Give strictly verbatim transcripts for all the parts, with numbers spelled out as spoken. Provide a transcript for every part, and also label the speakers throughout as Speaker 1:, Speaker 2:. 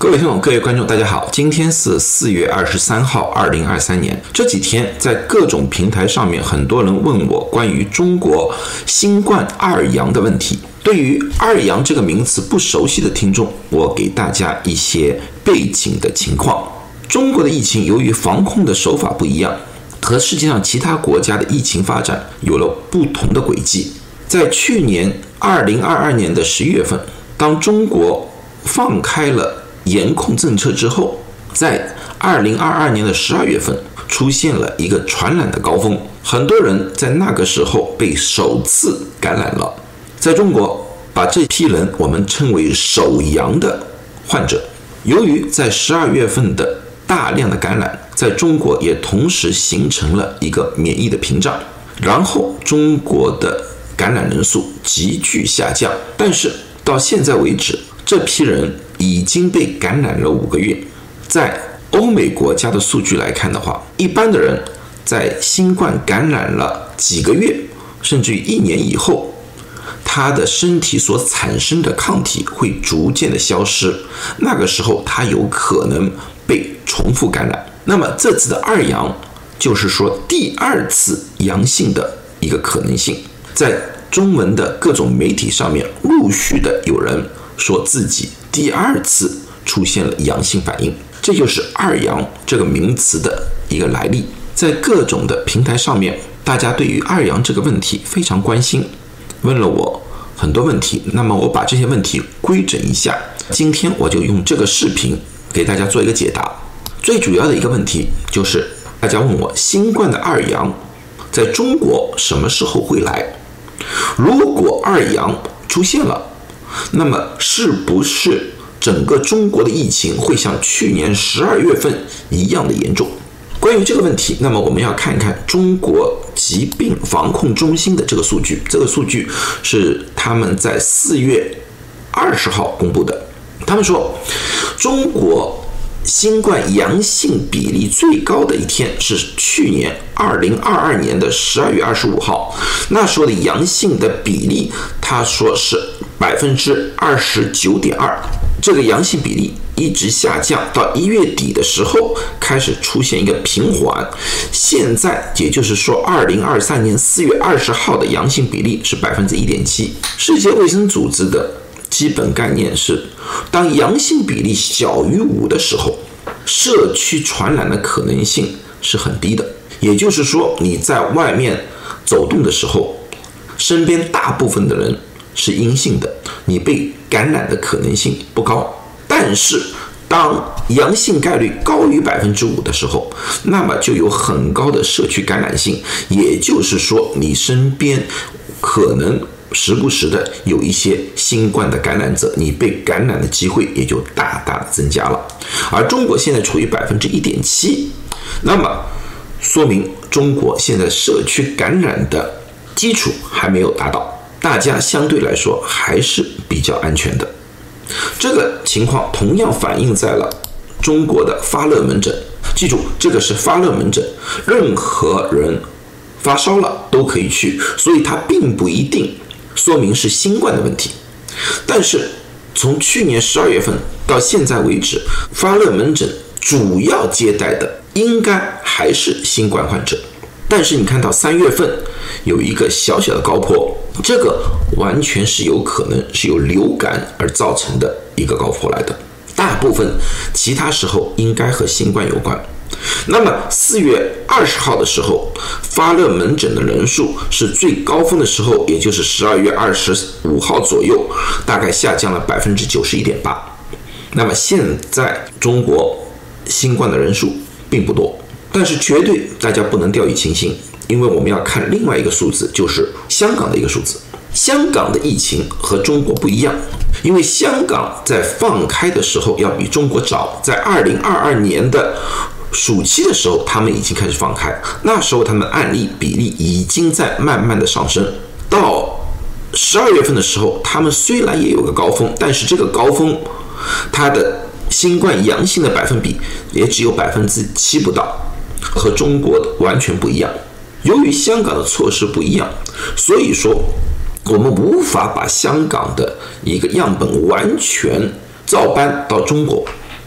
Speaker 1: 各位听众，各位观众，大家好，今天是四月二十三号，二零二三年。这几天在各种平台上面，很多人问我关于中国新冠二阳的问题。对于二阳这个名词不熟悉的听众，我给大家一些背景的情况。中国的疫情由于防控的手法不一样，和世界上其他国家的疫情发展有了不同的轨迹。在去年二零二二年的十一月份，当中国放开了严控政策之后，在二零二二年的十二月份出现了一个传染的高峰，很多人在那个时候被首次感染了。在中国，把这批人我们称为首阳的患者。由于在十二月份的大量的感染，在中国也同时形成了一个免疫的屏障，然后中国的感染人数急剧下降。但是到现在为止，这批人已经被感染了五个月。在欧美国家的数据来看的话，一般的人在新冠感染了几个月甚至于一年以后，他的身体所产生的抗体会逐渐的消失，那个时候他有可能被重复感染。那么这次的二阳就是说第二次阳性的一个可能性。在中文的各种媒体上面陆续的有人说自己第二次出现了阳性反应，这就是二阳这个名词的一个来历。在各种的平台上面，大家对于二阳这个问题非常关心，问了我很多问题，那么我把这些问题规整一下，今天我就用这个视频给大家做一个解答。最主要的一个问题就是大家问我新冠的二阳在中国什么时候会来，如果二阳出现了，那么是不是整个中国的疫情会像去年十二月份一样的严重？关于这个问题，那么我们要看一看中国疾病防控中心的这个数据。这个数据是他们在四月二十号公布的。他们说，中国新冠阳性比例最高的一天是去年二零二二年的十二月二十五号，那时候的阳性的比例，他说是百分之二十九点二。这个阳性比例一直下降，到一月底的时候开始出现一个平缓。现在也就是说，二零二三年四月二十号的阳性比例是百分之一点七。世界卫生组织的基本概念是，当阳性比例小于五的时候，社区传染的可能性是很低的。也就是说，你在外面走动的时候，身边大部分的人是阴性的，你被感染的可能性不高。但是当阳性概率高于百分之五的时候，那么就有很高的社区感染性，也就是说你身边可能时不时的有一些新冠的感染者，你被感染的机会也就大大的增加了。而中国现在处于百分之一点七，那么说明中国现在社区感染的基础还没有达到，大家相对来说还是比较安全的。这个情况同样反映在了中国的发热门诊。记住，这个是发热门诊，任何人发烧了都可以去，所以它并不一定说明是新冠的问题。但是从去年十二月份到现在为止，发热门诊主要接待的应该还是新冠患者。但是你看到三月份有一个小小的高坡，这个完全是有可能是由流感而造成的一个高坡来的，大部分其他时候应该和新冠有关。那么四月二十号的时候，发热门诊的人数是最高峰的时候，也就是十二月二十五号左右，大概下降了百分之九十一点八。那么现在中国新冠的人数并不多，但是绝对大家不能掉以轻心，因为我们要看另外一个数字，就是香港的一个数字。香港的疫情和中国不一样，因为香港在放开的时候要比中国早，在二零二二年的暑期的时候，他们已经开始放开，那时候他们案例比例已经在慢慢的上升。到十二月份的时候，他们虽然也有个高峰，但是这个高峰它的新冠阳性的百分比也只有百分之七不到，和中国的完全不一样。由于香港的措施不一样，所以说我们无法把香港的一个样本完全照搬到中国。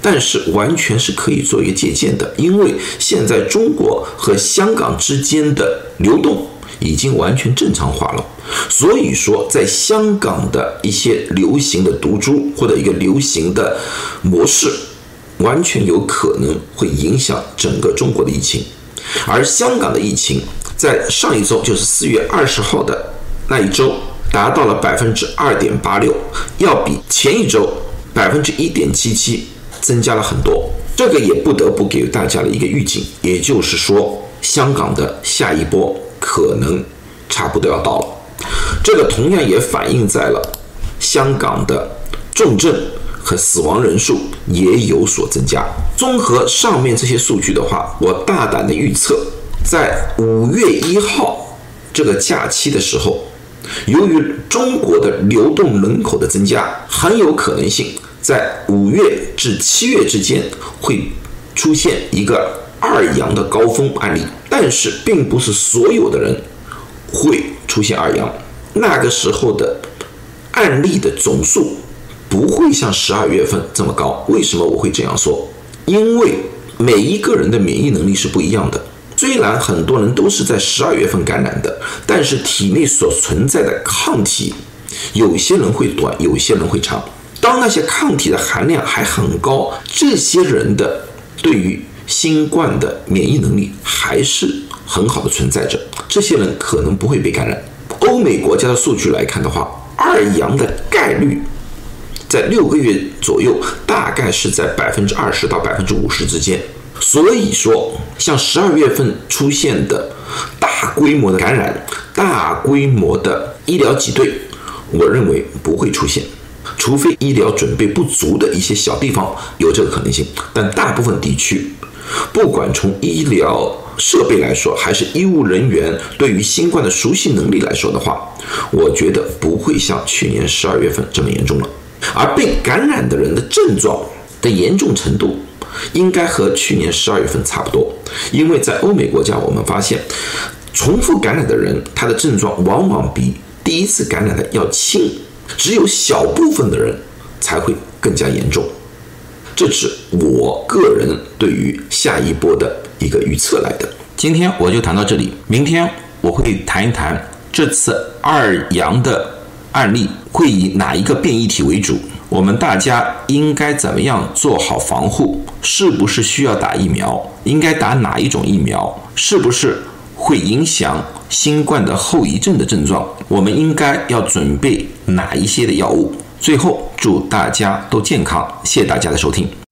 Speaker 1: 但是完全是可以做一个借鉴的，因为现在中国和香港之间的流动已经完全正常化了，所以说在香港的一些流行的毒株或者一个流行的模式，完全有可能会影响整个中国的疫情。而香港的疫情在上一周，就是四月二十号的那一周，达到了 百分之二点八六， 要比前一周 百分之一点七七 增加了很多。这个也不得不给大家的一个预警，也就是说香港的下一波可能差不多要到了。这个同样也反映在了香港的重症和死亡人数也有所增加。综合上面这些数据的话，我大胆的预测，在五月一号这个假期的时候，由于中国的流动人口的增加，很有可能性在五月至七月之间会出现一个二阳的高峰案例，但是并不是所有的人会出现二阳，那个时候的案例的总数不会像十二月份这么高。为什么我会这样说？因为每一个人的免疫能力是不一样的，虽然很多人都是在十二月份感染的，但是体内所存在的抗体，有些人会短，有些人会长。当那些抗体的含量还很高，这些人的对于新冠的免疫能力还是很好的存在着，这些人可能不会被感染。欧美国家的数据来看的话，二阳的概率在六个月左右，大概是在 百分之二十 到 百分之五十 之间。所以说像十二月份出现的大规模的感染，大规模的医疗挤兑，我认为不会出现，除非医疗准备不足的一些小地方有这个可能性。但大部分地区，不管从医疗设备来说，还是医务人员对于新冠的熟悉能力来说的话，我觉得不会像去年十二月份这么严重了。而被感染的人的症状的严重程度应该和去年十二月份差不多，因为在欧美国家我们发现，重复感染的人他的症状往往比第一次感染的要轻，只有小部分的人才会更加严重。这是我个人对于下一波的一个预测来的。今天我就谈到这里，明天我会谈一谈这次二阳的案例会以哪一个变异体为主，我们大家应该怎么样做好防护，是不是需要打疫苗，应该打哪一种疫苗，是不是会影响新冠的后遗症的症状，我们应该要准备哪一些的药物。最后祝大家都健康，谢谢大家的收听。